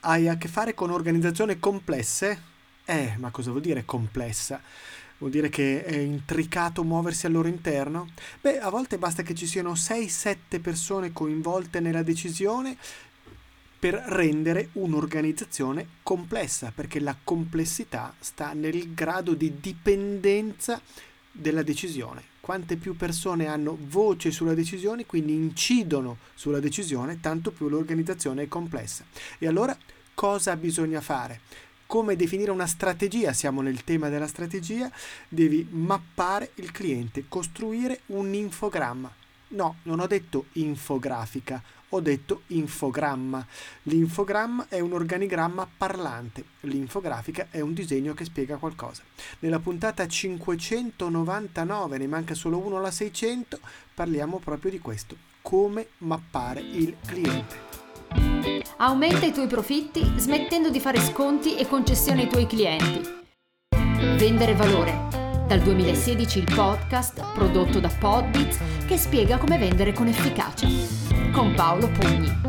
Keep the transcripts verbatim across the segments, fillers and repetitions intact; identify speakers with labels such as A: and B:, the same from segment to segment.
A: Hai a che fare con organizzazioni complesse? Eh, ma cosa vuol dire complessa? Vuol dire che è intricato muoversi al loro interno? Beh, a volte basta che ci siano sei sette persone coinvolte nella decisione per rendere un'organizzazione complessa, perché la complessità sta nel grado di dipendenza della decisione. Quante più persone hanno voce sulla decisione, quindi incidono sulla decisione, tanto più l'organizzazione è complessa. E allora cosa bisogna fare? Come definire una strategia? Siamo nel tema della strategia. Devi mappare il cliente, costruire un infogramma. No, non ho detto infografica, ho detto infogramma. L'infogramma è un organigramma parlante, l'infografica è un disegno che spiega qualcosa. Nella puntata cinquecentonovantanove, ne manca solo uno alla seicento, parliamo proprio di questo: come mappare il cliente.
B: Aumenta i tuoi profitti smettendo di fare sconti e concessioni ai tuoi clienti. Vendere valore. Dal duemilasedici il podcast prodotto da Podbits che spiega come vendere con efficacia. Con Paolo Pugni.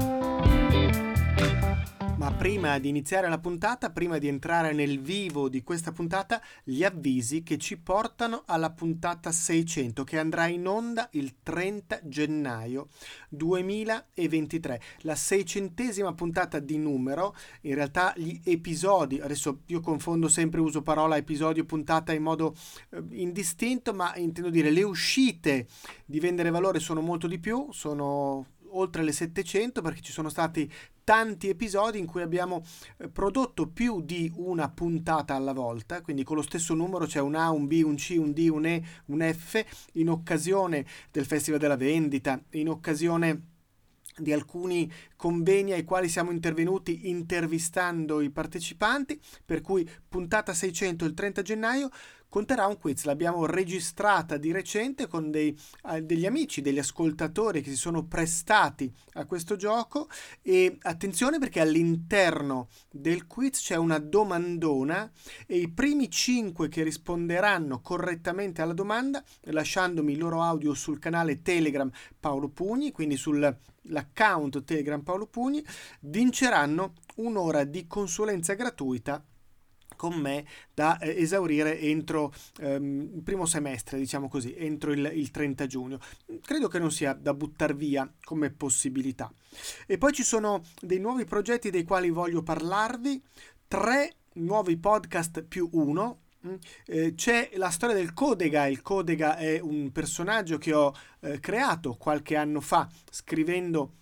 A: Ma prima di iniziare la puntata, prima di entrare nel vivo di questa puntata, gli avvisi che ci portano alla puntata seicento, che andrà in onda il trenta gennaio duemilaventitré. La seicentesima puntata di numero. In realtà gli episodi, adesso io confondo sempre, uso parola episodio puntata in modo eh, indistinto, ma intendo dire le uscite di Vendere Valore sono molto di più, sono oltre le settecento, perché ci sono stati tanti episodi in cui abbiamo prodotto più di una puntata alla volta, quindi con lo stesso numero c'è un A, un B, un C, un D, un E, un F, in occasione del Festival della Vendita, in occasione di alcuni convegni ai quali siamo intervenuti intervistando i partecipanti, per cui puntata seicento il trenta gennaio conterà un quiz. L'abbiamo registrata di recente con dei, eh, degli amici, degli ascoltatori che si sono prestati a questo gioco, e attenzione perché all'interno del quiz c'è una domandona e i primi cinque che risponderanno correttamente alla domanda, lasciandomi il loro audio sul canale Telegram Paolo Pugni, quindi sul l'account Telegram Paolo Pugni, vinceranno un'ora di consulenza gratuita con me da eh, esaurire entro ehm, il primo semestre, diciamo così, entro il, il trenta giugno. Credo che non sia da buttar via come possibilità. E poi ci sono dei nuovi progetti dei quali voglio parlarvi, tre nuovi podcast più uno. Eh, c'è la storia del Codega. Il Codega è un personaggio che ho eh, creato qualche anno fa scrivendo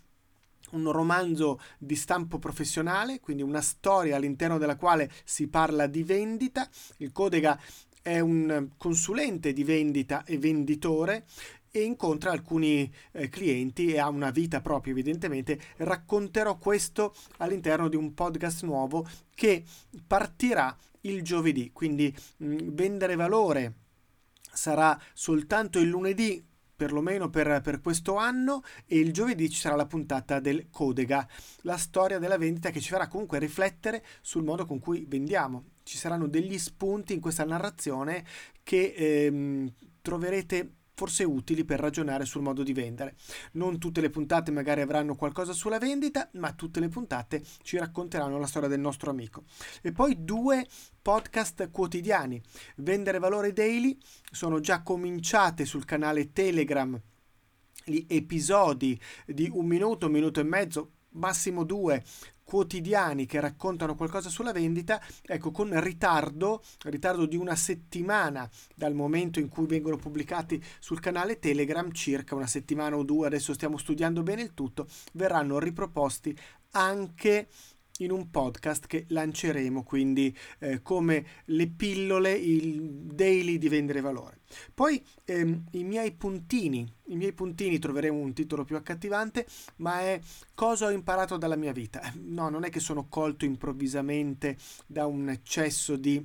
A: un romanzo di stampo professionale, quindi una storia all'interno della quale si parla di vendita. Il Codega è un consulente di vendita e venditore e incontra alcuni eh, clienti e ha una vita propria, evidentemente. Racconterò questo all'interno di un podcast nuovo che partirà il giovedì, quindi mh, Vendere Valore sarà soltanto il lunedì, perlomeno per, per questo anno, e il giovedì ci sarà la puntata del Codega, la storia della vendita che ci farà comunque riflettere sul modo con cui vendiamo. Ci saranno degli spunti in questa narrazione che ehm, troverete forse utili per ragionare sul modo di vendere. Non tutte le puntate magari avranno qualcosa sulla vendita, ma tutte le puntate ci racconteranno la storia del nostro amico. E poi due podcast quotidiani. Vendere Valore Daily, sono già cominciate sul canale Telegram gli episodi di un minuto, un minuto e mezzo, massimo due, quotidiani che raccontano qualcosa sulla vendita, ecco, con ritardo, ritardo di una settimana dal momento in cui vengono pubblicati sul canale Telegram, circa una settimana o due, adesso stiamo studiando bene il tutto, verranno riproposti anche in un podcast che lanceremo, quindi eh, come le pillole, il daily di Vendere Valore. Poi ehm, i miei puntini, i miei puntini troveremo un titolo più accattivante, ma è cosa ho imparato dalla mia vita. No, non è che sono colto improvvisamente da un eccesso di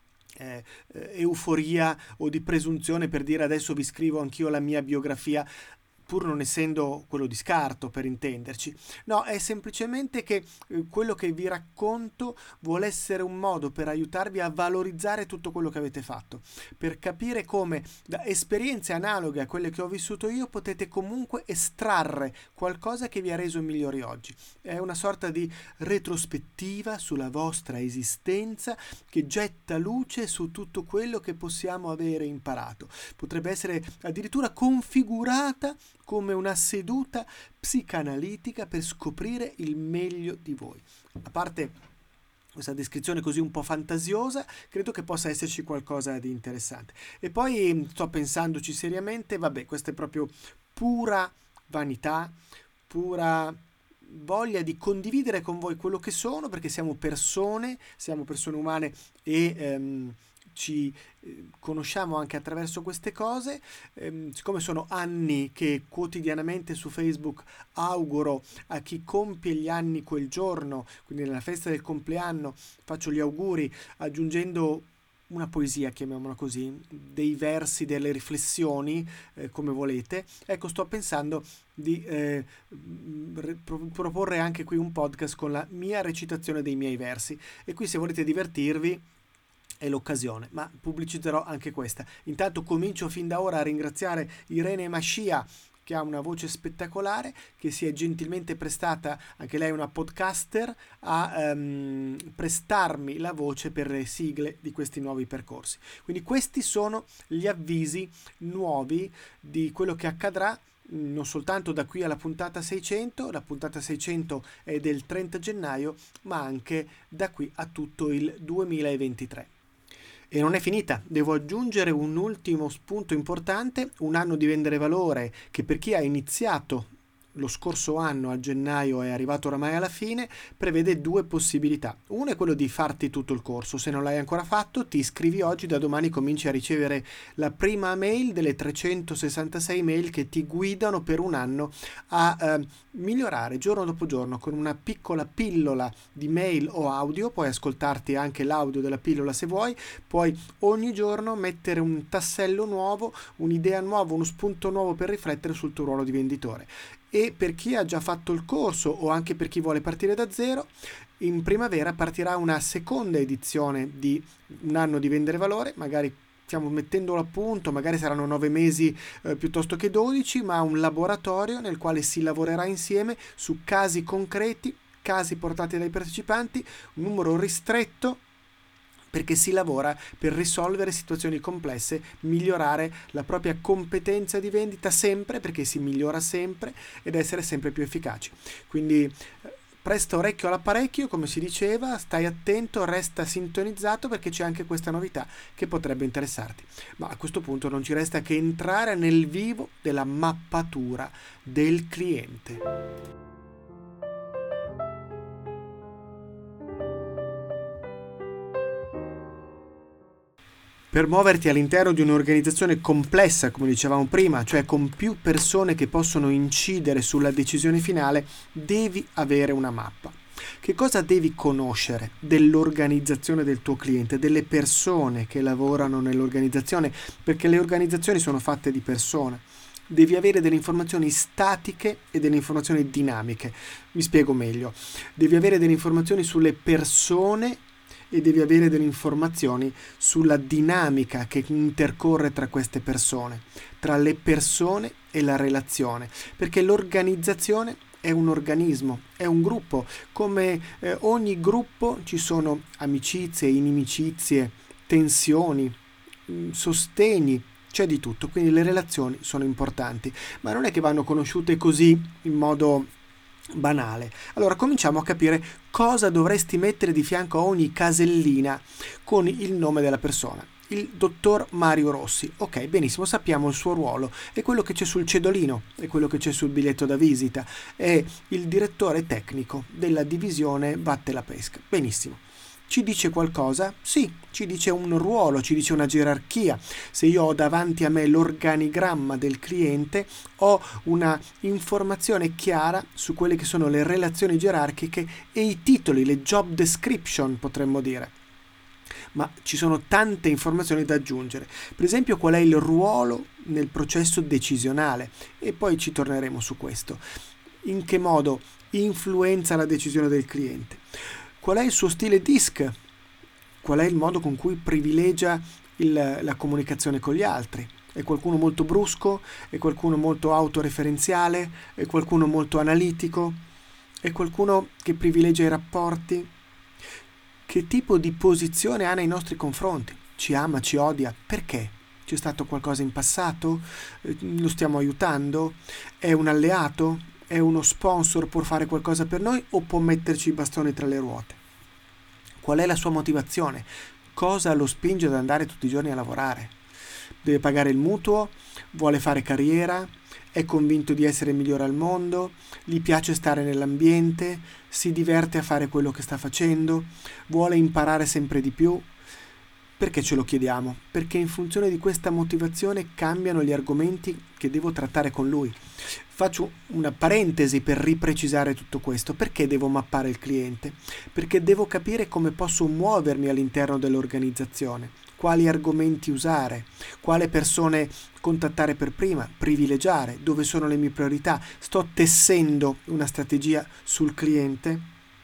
A: eh, euforia o di presunzione per dire adesso vi scrivo anch'io la mia biografia. pur non essendo quello di scarto, per intenderci. No, è semplicemente che eh, quello che vi racconto vuole essere un modo per aiutarvi a valorizzare tutto quello che avete fatto, per capire come da esperienze analoghe a quelle che ho vissuto io potete comunque estrarre qualcosa che vi ha reso migliori oggi. È una sorta di retrospettiva sulla vostra esistenza che getta luce su tutto quello che possiamo avere imparato. Potrebbe essere addirittura configurata come una seduta psicanalitica per scoprire il meglio di voi. A parte questa descrizione così un po' fantasiosa, credo che possa esserci qualcosa di interessante. E poi sto pensandoci seriamente, vabbè, questa è proprio pura vanità, pura voglia di condividere con voi quello che sono, perché siamo persone, siamo persone umane e ehm, ci conosciamo anche attraverso queste cose. Ehm, siccome sono anni che quotidianamente su Facebook auguro a chi compie gli anni quel giorno, quindi nella festa del compleanno faccio gli auguri aggiungendo una poesia, chiamiamola così, dei versi, delle riflessioni, eh, come volete. Ecco, sto pensando di eh, pro- proporre anche qui un podcast con la mia recitazione dei miei versi, e qui se volete divertirvi è l'occasione, ma pubblicizzerò anche questa. Intanto comincio fin da ora a ringraziare Irene Mascia, che ha una voce spettacolare, che si è gentilmente prestata, anche lei è una podcaster, a um, prestarmi la voce per le sigle di questi nuovi percorsi. Quindi questi sono gli avvisi nuovi di quello che accadrà non soltanto da qui alla puntata seicento, la puntata seicento è del trenta gennaio, ma anche da qui a tutto il duemilaventitré. E non è finita, devo aggiungere un ultimo spunto importante, un anno di vendere valore che per chi ha iniziato lo scorso anno a gennaio è arrivato oramai alla fine, prevede due possibilità. Uno è quello di farti tutto il corso, se non l'hai ancora fatto ti iscrivi oggi, da domani cominci a ricevere la prima mail delle trecentosessantasei mail che ti guidano per un anno a eh, migliorare giorno dopo giorno con una piccola pillola di mail o audio. Puoi ascoltarti anche l'audio della pillola se vuoi, puoi ogni giorno mettere un tassello nuovo, un'idea nuova, uno spunto nuovo per riflettere sul tuo ruolo di venditore. E per chi ha già fatto il corso o anche per chi vuole partire da zero, in primavera partirà una seconda edizione di un anno di vendere valore, magari stiamo mettendolo a punto, magari saranno nove mesi eh, piuttosto che dodici, ma un laboratorio nel quale si lavorerà insieme su casi concreti, casi portati dai partecipanti, un numero ristretto, perché si lavora per risolvere situazioni complesse, migliorare la propria competenza di vendita sempre, perché si migliora sempre, ed essere sempre più efficaci. Quindi presta orecchio all'apparecchio, come si diceva, stai attento, resta sintonizzato, perché c'è anche questa novità che potrebbe interessarti. Ma a questo punto non ci resta che entrare nel vivo della mappatura del cliente. Per muoverti all'interno di un'organizzazione complessa, come dicevamo prima, cioè con più persone che possono incidere sulla decisione finale, devi avere una mappa. Che cosa devi conoscere dell'organizzazione del tuo cliente, delle persone che lavorano nell'organizzazione? Perché le organizzazioni sono fatte di persone. Devi avere delle informazioni statiche e delle informazioni dinamiche. Mi spiego meglio. Devi avere delle informazioni sulle persone e devi avere delle informazioni sulla dinamica che intercorre tra queste persone, tra le persone e la relazione, perché l'organizzazione è un organismo, è un gruppo. Come eh, ogni gruppo ci sono amicizie, inimicizie, tensioni, mh, sostegni, c'è di tutto, quindi le relazioni sono importanti, ma non è che vanno conosciute così in modo banale. Allora cominciamo a capire cosa dovresti mettere di fianco a ogni casellina con il nome della persona. Il dottor Mario Rossi. Ok, benissimo, sappiamo il suo ruolo, è quello che c'è sul cedolino, è quello che c'è sul biglietto da visita, è il direttore tecnico della divisione Vatte la Pesca. Benissimo. Ci dice qualcosa? Sì, ci dice un ruolo, ci dice una gerarchia. Se io ho davanti a me l'organigramma del cliente, ho una informazione chiara su quelle che sono le relazioni gerarchiche e i titoli, le job description potremmo dire. ma ci sono tante informazioni da aggiungere. Per esempio, qual è il ruolo nel processo decisionale, e poi ci torneremo su questo. In che modo influenza la decisione del cliente? Qual è il suo stile D I S C? Qual è il modo con cui privilegia il, la comunicazione con gli altri? È qualcuno molto brusco? È qualcuno molto autoreferenziale? È qualcuno molto analitico? È qualcuno che privilegia i rapporti? Che tipo di posizione ha nei nostri confronti? Ci ama, ci odia? Perché? C'è stato qualcosa in passato? Lo stiamo aiutando? È un alleato? È uno sponsor? Può fare qualcosa per noi o può metterci i bastoni tra le ruote? Qual è la sua motivazione? Cosa lo spinge ad andare tutti i giorni a lavorare? Deve pagare il mutuo? Vuole fare carriera? È convinto di essere migliore al mondo? Gli piace stare nell'ambiente? Si diverte a fare quello che sta facendo? Vuole imparare sempre di più? Perché ce lo chiediamo? Perché in funzione di questa motivazione cambiano gli argomenti che devo trattare con lui. Faccio una parentesi per riprecisare tutto questo. Perché devo mappare il cliente? Perché devo capire come posso muovermi all'interno dell'organizzazione, quali argomenti usare, quale persone contattare per prima, privilegiare, dove sono le mie priorità. Sto tessendo una strategia sul cliente.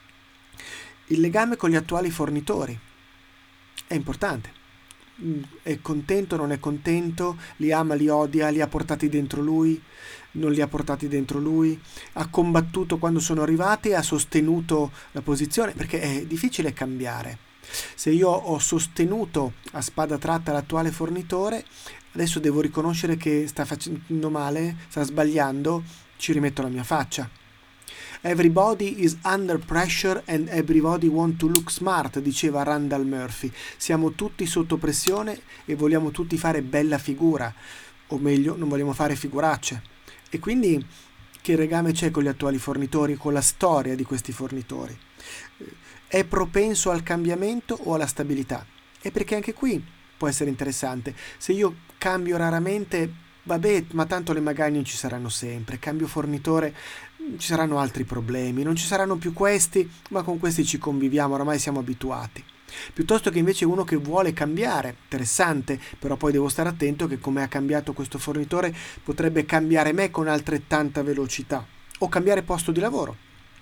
A: Il legame con gli attuali fornitori è importante. È contento, non è contento, li ama, li odia, li ha portati dentro lui, non li ha portati dentro lui, ha combattuto quando sono arrivati, ha sostenuto la posizione, perché è difficile cambiare. Se io ho sostenuto a spada tratta l'attuale fornitore, adesso devo riconoscere che sta facendo male, sta sbagliando, ci rimetto la mia faccia. Everybody is under pressure and everybody want to look smart, diceva Randall Murphy. Siamo tutti sotto pressione e vogliamo tutti fare bella figura, o meglio, non vogliamo fare figuracce. E quindi che legame c'è con gli attuali fornitori, con la storia di questi fornitori? È propenso al cambiamento o alla stabilità? E perché anche qui può essere interessante. Se io cambio raramente, vabbè, ma tanto le magagne ci saranno sempre. Cambio fornitore, ci saranno altri problemi, non ci saranno più questi, ma con questi ci conviviamo, oramai siamo abituati. Piuttosto che invece uno che vuole cambiare, interessante, però poi devo stare attento che come ha cambiato questo fornitore potrebbe cambiare me con altrettanta velocità, o cambiare posto di lavoro.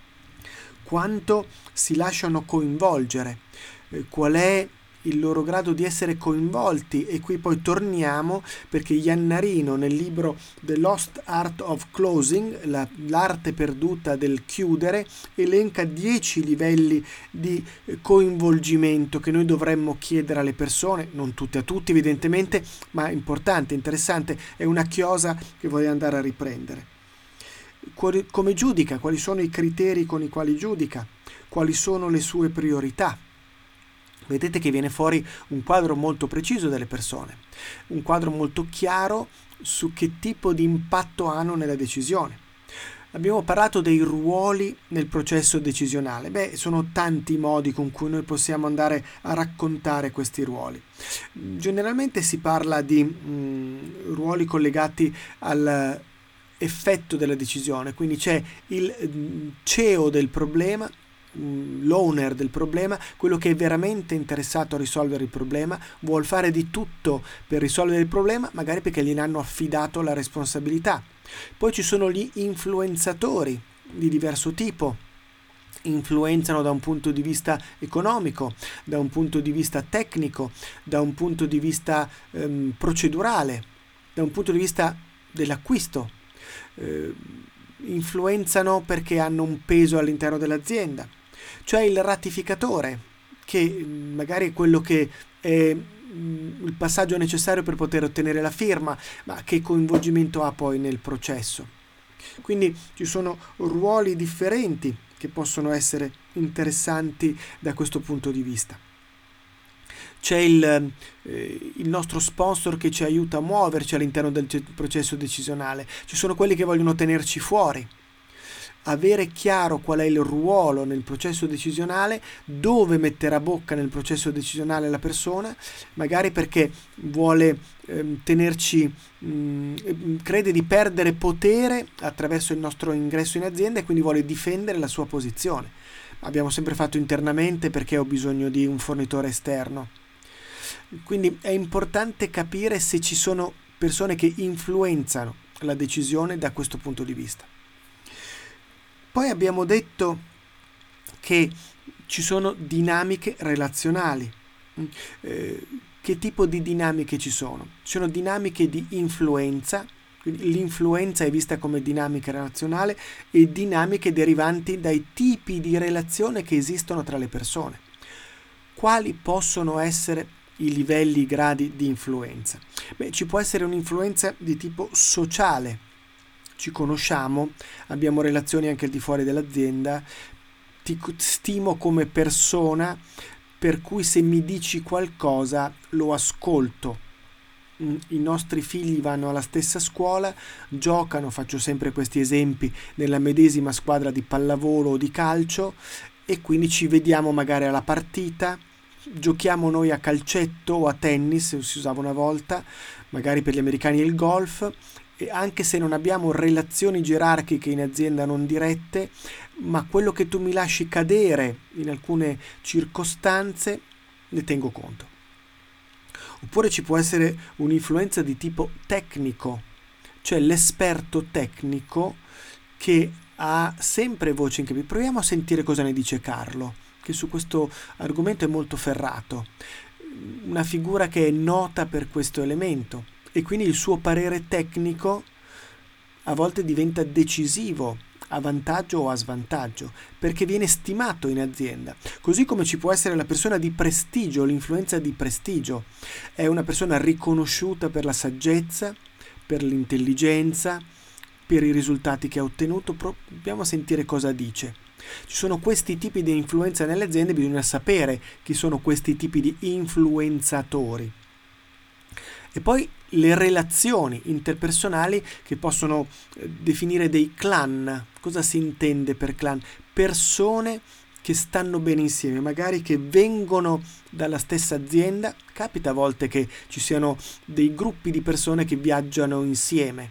A: Quanto si lasciano coinvolgere, eh, qual è il loro grado di essere coinvolti, e qui poi torniamo perché Iannarino nel libro The Lost Art of Closing, la, l'arte perduta del chiudere, elenca dieci livelli di coinvolgimento che noi dovremmo chiedere alle persone, non tutte a tutti evidentemente, ma importante, interessante, è una chiosa che voglio andare a riprendere. Quali, come giudica? Quali sono i criteri con i quali giudica? Quali sono le sue priorità? Vedete che viene fuori un quadro molto preciso delle persone, un quadro molto chiaro su che tipo di impatto hanno nella decisione. Abbiamo parlato dei ruoli nel processo decisionale. Beh, sono tanti i modi con cui noi possiamo andare a raccontare questi ruoli. Generalmente si parla di mh, ruoli collegati al effetto della decisione, quindi c'è il C E O del problema, l'owner del problema, quello che è veramente interessato a risolvere il problema, vuol fare di tutto per risolvere il problema, magari perché gliene hanno affidato la responsabilità. Poi ci sono gli influenzatori di diverso tipo, influenzano da un punto di vista economico, da un punto di vista tecnico, da un punto di vista ehm, procedurale, da un punto di vista dell'acquisto, eh, influenzano perché hanno un peso all'interno dell'azienda. Cioè il ratificatore, che magari è quello che è il passaggio necessario per poter ottenere la firma, ma che coinvolgimento ha poi nel processo. Quindi ci sono ruoli differenti che possono essere interessanti da questo punto di vista. C'è il, eh, il nostro sponsor che ci aiuta a muoverci all'interno del processo decisionale. Ci sono quelli che vogliono tenerci fuori. Avere chiaro qual è il ruolo nel processo decisionale, dove metterà bocca nel processo decisionale la persona, magari perché vuole eh, tenerci, mh, crede di perdere potere attraverso il nostro ingresso in azienda e quindi vuole difendere la sua posizione. abbiamo sempre fatto internamente perché ho bisogno di un fornitore esterno. Quindi è importante capire se ci sono persone che influenzano la decisione da questo punto di vista. Poi abbiamo detto che ci sono dinamiche relazionali. Eh, che tipo di dinamiche ci sono? Ci sono dinamiche di influenza, quindi l'influenza è vista come dinamica relazionale, e dinamiche derivanti dai tipi di relazione che esistono tra le persone. Quali possono essere i livelli, i gradi di influenza? Beh, ci può essere un'influenza di tipo sociale. Ci conosciamo, abbiamo relazioni anche al di fuori dell'azienda, ti stimo come persona, per cui se mi dici qualcosa lo ascolto. I nostri figli vanno alla stessa scuola, giocano, faccio sempre questi esempi, nella medesima squadra di pallavolo o di calcio, e quindi ci vediamo magari alla partita, giochiamo noi a calcetto o a tennis, si usava una volta, magari per gli americani il golf, e anche se non abbiamo relazioni gerarchiche in azienda non dirette, ma quello che tu mi lasci cadere in alcune circostanze ne tengo conto. Oppure ci può essere un'influenza di tipo tecnico, cioè l'esperto tecnico che ha sempre voce in capitolo. Proviamo a sentire cosa ne dice Carlo, che su questo argomento è molto ferrato, una figura che è nota per questo elemento, e quindi il suo parere tecnico a volte diventa decisivo, a vantaggio o a svantaggio, perché viene stimato in azienda. Così come ci può essere la persona di prestigio, l'influenza di prestigio. È una persona riconosciuta per la saggezza, per l'intelligenza, per i risultati che ha ottenuto. Proviamo a sentire cosa dice. Ci sono questi tipi di influenza nelle aziende, bisogna sapere chi sono questi tipi di influenzatori. E poi le relazioni interpersonali che possono definire dei clan. Cosa si intende per clan? Persone che stanno bene insieme, magari che vengono dalla stessa azienda. Capita a volte che ci siano dei gruppi di persone che viaggiano insieme.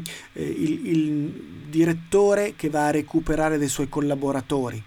A: Il, il direttore che va a recuperare dei suoi collaboratori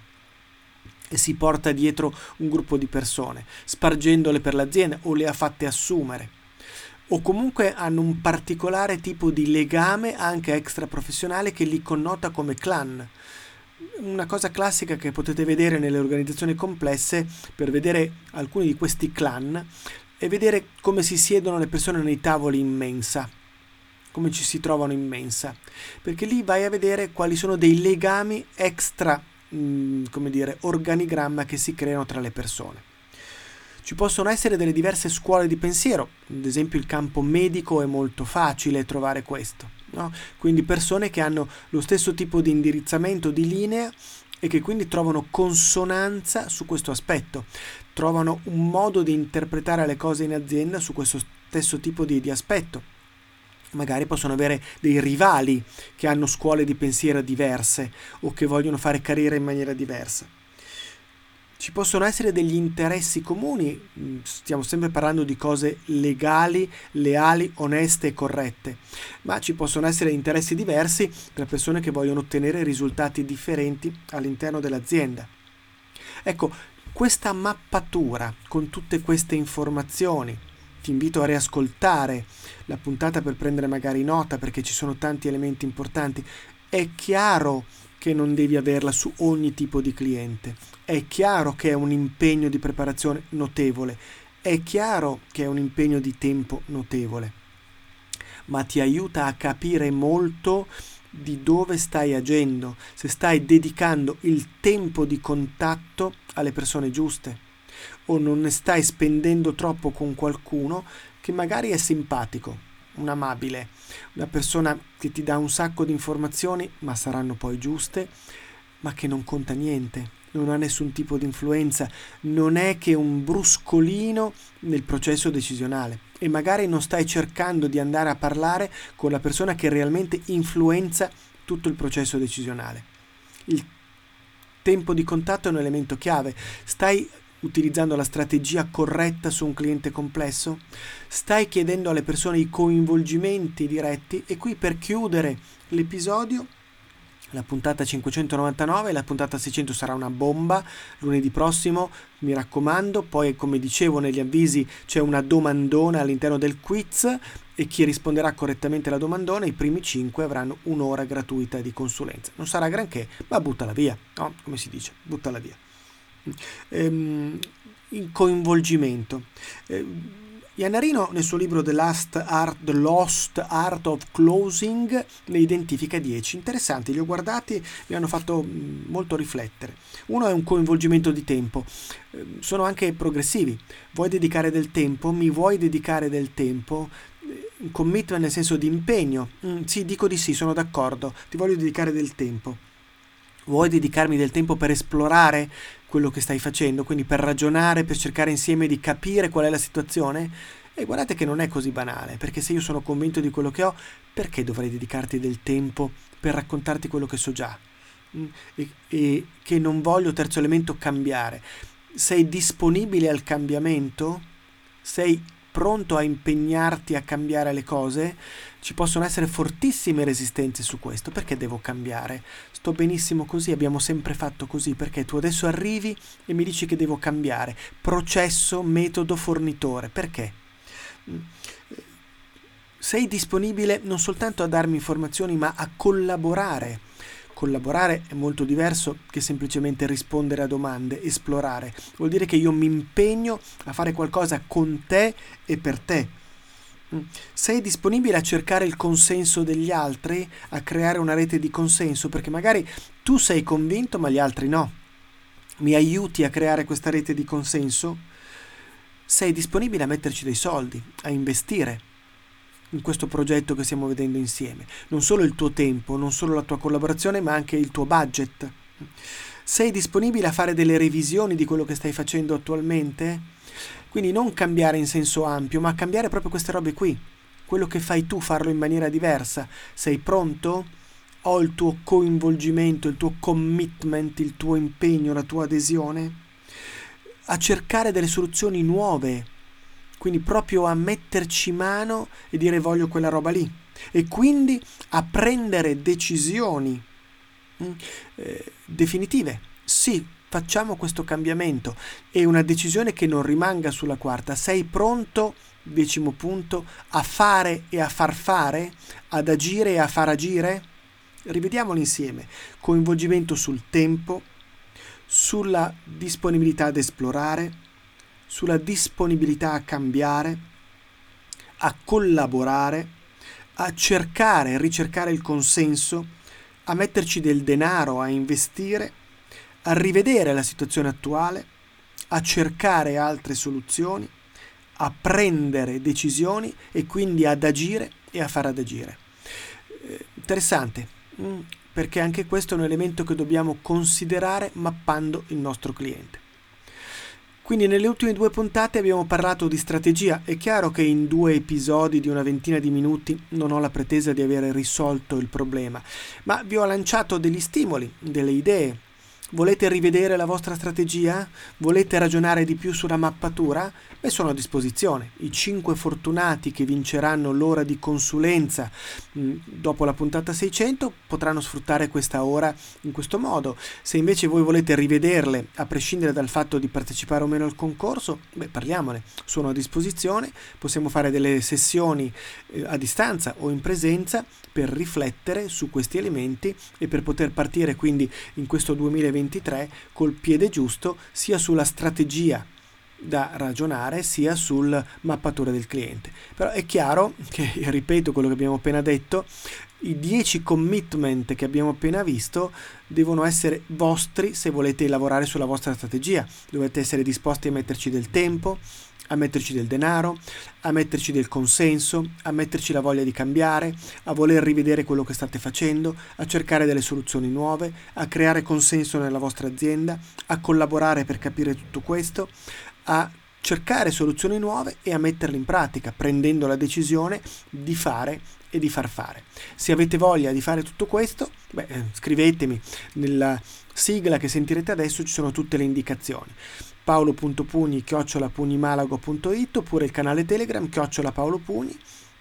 A: e si porta dietro un gruppo di persone, spargendole per l'azienda o le ha fatte assumere. O comunque hanno un particolare tipo di legame anche extraprofessionale che li connota come clan. Una cosa classica che potete vedere nelle organizzazioni complesse, per vedere alcuni di questi clan, è vedere come si siedono le persone nei tavoli in mensa, come ci si trovano in mensa, perché lì vai a vedere quali sono dei legami extra, mh, come dire, organigramma che si creano tra le persone. Ci possono essere delle diverse scuole di pensiero, ad esempio il campo medico è molto facile trovare questo, no? Quindi persone che hanno lo stesso tipo di indirizzamento, di linea, e che quindi trovano consonanza su questo aspetto, trovano un modo di interpretare le cose in azienda su questo stesso tipo di, di aspetto. Magari possono avere dei rivali che hanno scuole di pensiero diverse o che vogliono fare carriera in maniera diversa. Ci possono essere degli interessi comuni, stiamo sempre parlando di cose legali, leali, oneste e corrette, ma ci possono essere interessi diversi per persone che vogliono ottenere risultati differenti all'interno dell'azienda. Ecco, questa mappatura con tutte queste informazioni, ti invito a riascoltare la puntata per prendere magari nota perché ci sono tanti elementi importanti. È chiaro che non devi averla su ogni tipo di cliente, è chiaro che è un impegno di preparazione notevole, è chiaro che è un impegno di tempo notevole, ma ti aiuta a capire molto di dove stai agendo, se stai dedicando il tempo di contatto alle persone giuste o non ne stai spendendo troppo con qualcuno che magari è simpatico, un amabile, una persona che ti dà un sacco di informazioni, ma saranno poi giuste, ma che non conta niente, non ha nessun tipo di influenza, non è che un bruscolino nel processo decisionale, e magari non stai cercando di andare a parlare con la persona che realmente influenza tutto il processo decisionale. Il tempo di contatto è un elemento chiave. Stai utilizzando la strategia corretta su un cliente complesso? Stai chiedendo alle persone i coinvolgimenti diretti? E qui, per chiudere l'episodio, la puntata cinquecentonovantanove, la puntata seicento sarà una bomba lunedì prossimo, mi raccomando. Poi, come dicevo negli avvisi, c'è una domandona all'interno del quiz e chi risponderà correttamente alla domandona, i primi cinque avranno un'ora gratuita di consulenza. Non sarà granché, ma buttala via, no? Come si dice, buttala via. Ehm, il coinvolgimento. Ehm, Iannarino nel suo libro The Last Art, The Lost Art of Closing ne identifica dieci interessanti, li ho guardati, mi hanno fatto molto riflettere. Uno è un coinvolgimento di tempo, sono anche progressivi. Vuoi dedicare del tempo? Mi vuoi dedicare del tempo? Un commitment nel senso di impegno. Mm, sì, dico di sì, sono d'accordo, ti voglio dedicare del tempo. Vuoi dedicarmi del tempo per esplorare quello che stai facendo, quindi per ragionare, per cercare insieme di capire qual è la situazione? E guardate che non è così banale, perché se io sono convinto di quello che ho, perché dovrei dedicarti del tempo per raccontarti quello che so già? E, e che non voglio, terzo elemento, cambiare. Sei disponibile al cambiamento? Sei pronto a impegnarti a cambiare le cose? Ci possono essere fortissime resistenze su questo. Perché devo cambiare? Sto benissimo così, abbiamo sempre fatto così. Perché tu adesso arrivi e mi dici che devo cambiare? Processo, metodo, fornitore. Perché? Sei disponibile non soltanto a darmi informazioni, ma a collaborare. Collaborare è molto diverso che semplicemente rispondere a domande, esplorare. Vuol dire che io mi impegno a fare qualcosa con te e per te. Sei disponibile a cercare il consenso degli altri, a creare una rete di consenso, perché magari tu sei convinto ma gli altri no. Mi aiuti a creare questa rete di consenso? Sei disponibile a metterci dei soldi, a investire in questo progetto che stiamo vedendo insieme? Non solo il tuo tempo, non solo la tua collaborazione, ma anche il tuo budget. Sei disponibile a fare delle revisioni di quello che stai facendo attualmente? Quindi non cambiare in senso ampio, ma cambiare proprio queste robe qui. Quello che fai tu, farlo in maniera diversa. Sei pronto? Ho il tuo coinvolgimento, il tuo commitment, il tuo impegno, la tua adesione? A cercare delle soluzioni nuove. Quindi proprio a metterci mano e dire voglio quella roba lì. E quindi a prendere decisioni eh, definitive. Sì, facciamo questo cambiamento. E una decisione che non rimanga sulla quarta. Sei pronto, decimo punto, a fare e a far fare? Ad agire e a far agire? Rivediamoli insieme. Coinvolgimento sul tempo, sulla disponibilità ad esplorare, sulla disponibilità a cambiare, a collaborare, a cercare e ricercare il consenso, a metterci del denaro, a investire, a rivedere la situazione attuale, a cercare altre soluzioni, a prendere decisioni e quindi ad agire e a far ad agire. Eh, interessante, mm, perché anche questo è un elemento che dobbiamo considerare mappando il nostro cliente. Quindi nelle ultime due puntate abbiamo parlato di strategia. È chiaro che in due episodi di una ventina di minuti non ho la pretesa di avere risolto il problema, ma vi ho lanciato degli stimoli, delle idee. Volete rivedere la vostra strategia? Volete ragionare di più sulla mappatura? Beh, sono a disposizione. I cinque fortunati che vinceranno l'ora di consulenza mh, dopo la puntata seicento potranno sfruttare questa ora in questo modo. Se invece voi volete rivederle, a prescindere dal fatto di partecipare o meno al concorso, beh, parliamone. Sono a disposizione. Possiamo fare delle sessioni eh, a distanza o in presenza per riflettere su questi elementi e per poter partire quindi in questo duemilaventitré col piede giusto sia sulla strategia da ragionare sia sul mappatore del cliente. Però è chiaro che, ripeto quello che abbiamo appena detto, i dieci commitment che abbiamo appena visto devono essere vostri se volete lavorare sulla vostra strategia. Dovete essere disposti a metterci del tempo, a metterci del denaro, a metterci del consenso, a metterci la voglia di cambiare, a voler rivedere quello che state facendo, a cercare delle soluzioni nuove, a creare consenso nella vostra azienda, a collaborare per capire tutto questo, a cercare soluzioni nuove e a metterle in pratica, prendendo la decisione di fare e di far fare. Se avete voglia di fare tutto questo, beh, scrivetemi. Nella sigla che sentirete adesso ci sono tutte le indicazioni. paolo punto pugni chiocciola pugnimalago punto it oppure il canale Telegram chiocciola Paolo Pugni.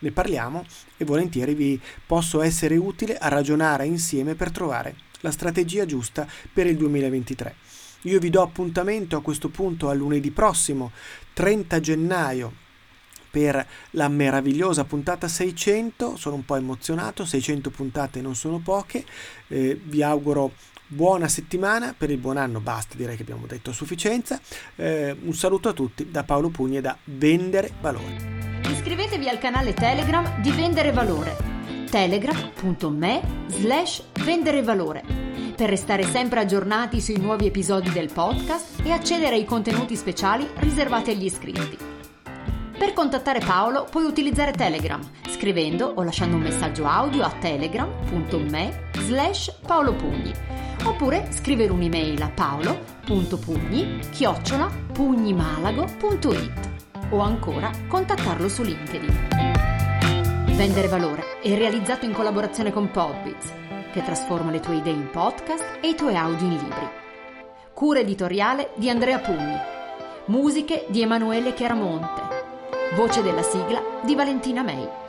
A: ne parliamo e volentieri vi posso essere utile a ragionare insieme per trovare la strategia giusta per il duemilaventitré. Io vi do appuntamento a questo punto a lunedì prossimo, trenta gennaio, per la meravigliosa puntata seicento. Sono un po' emozionato, seicento puntate non sono poche. Eh, vi auguro buona settimana, per il buon anno basta, direi che abbiamo detto a sufficienza. Eh, un saluto a tutti da Paolo Pugni e da Vendere Valore.
B: Iscrivetevi al canale Telegram di Vendere Valore, telegram punto me slash vendere valore, per restare sempre aggiornati sui nuovi episodi del podcast e accedere ai contenuti speciali riservati agli iscritti. Per contattare Paolo puoi utilizzare Telegram, scrivendo o lasciando un messaggio audio a telegram punto me slash paolopugni, oppure scrivere un'email a paolo punto pugni chiocciola pugnimalago punto it, o ancora contattarlo su LinkedIn. Vendere Valore è realizzato in collaborazione con Podbiz, che trasforma le tue idee in podcast e i tuoi audio in libri. Cura editoriale di Andrea Pugni. Musiche di Emanuele Chiaramonte. Voce della sigla di Valentina May.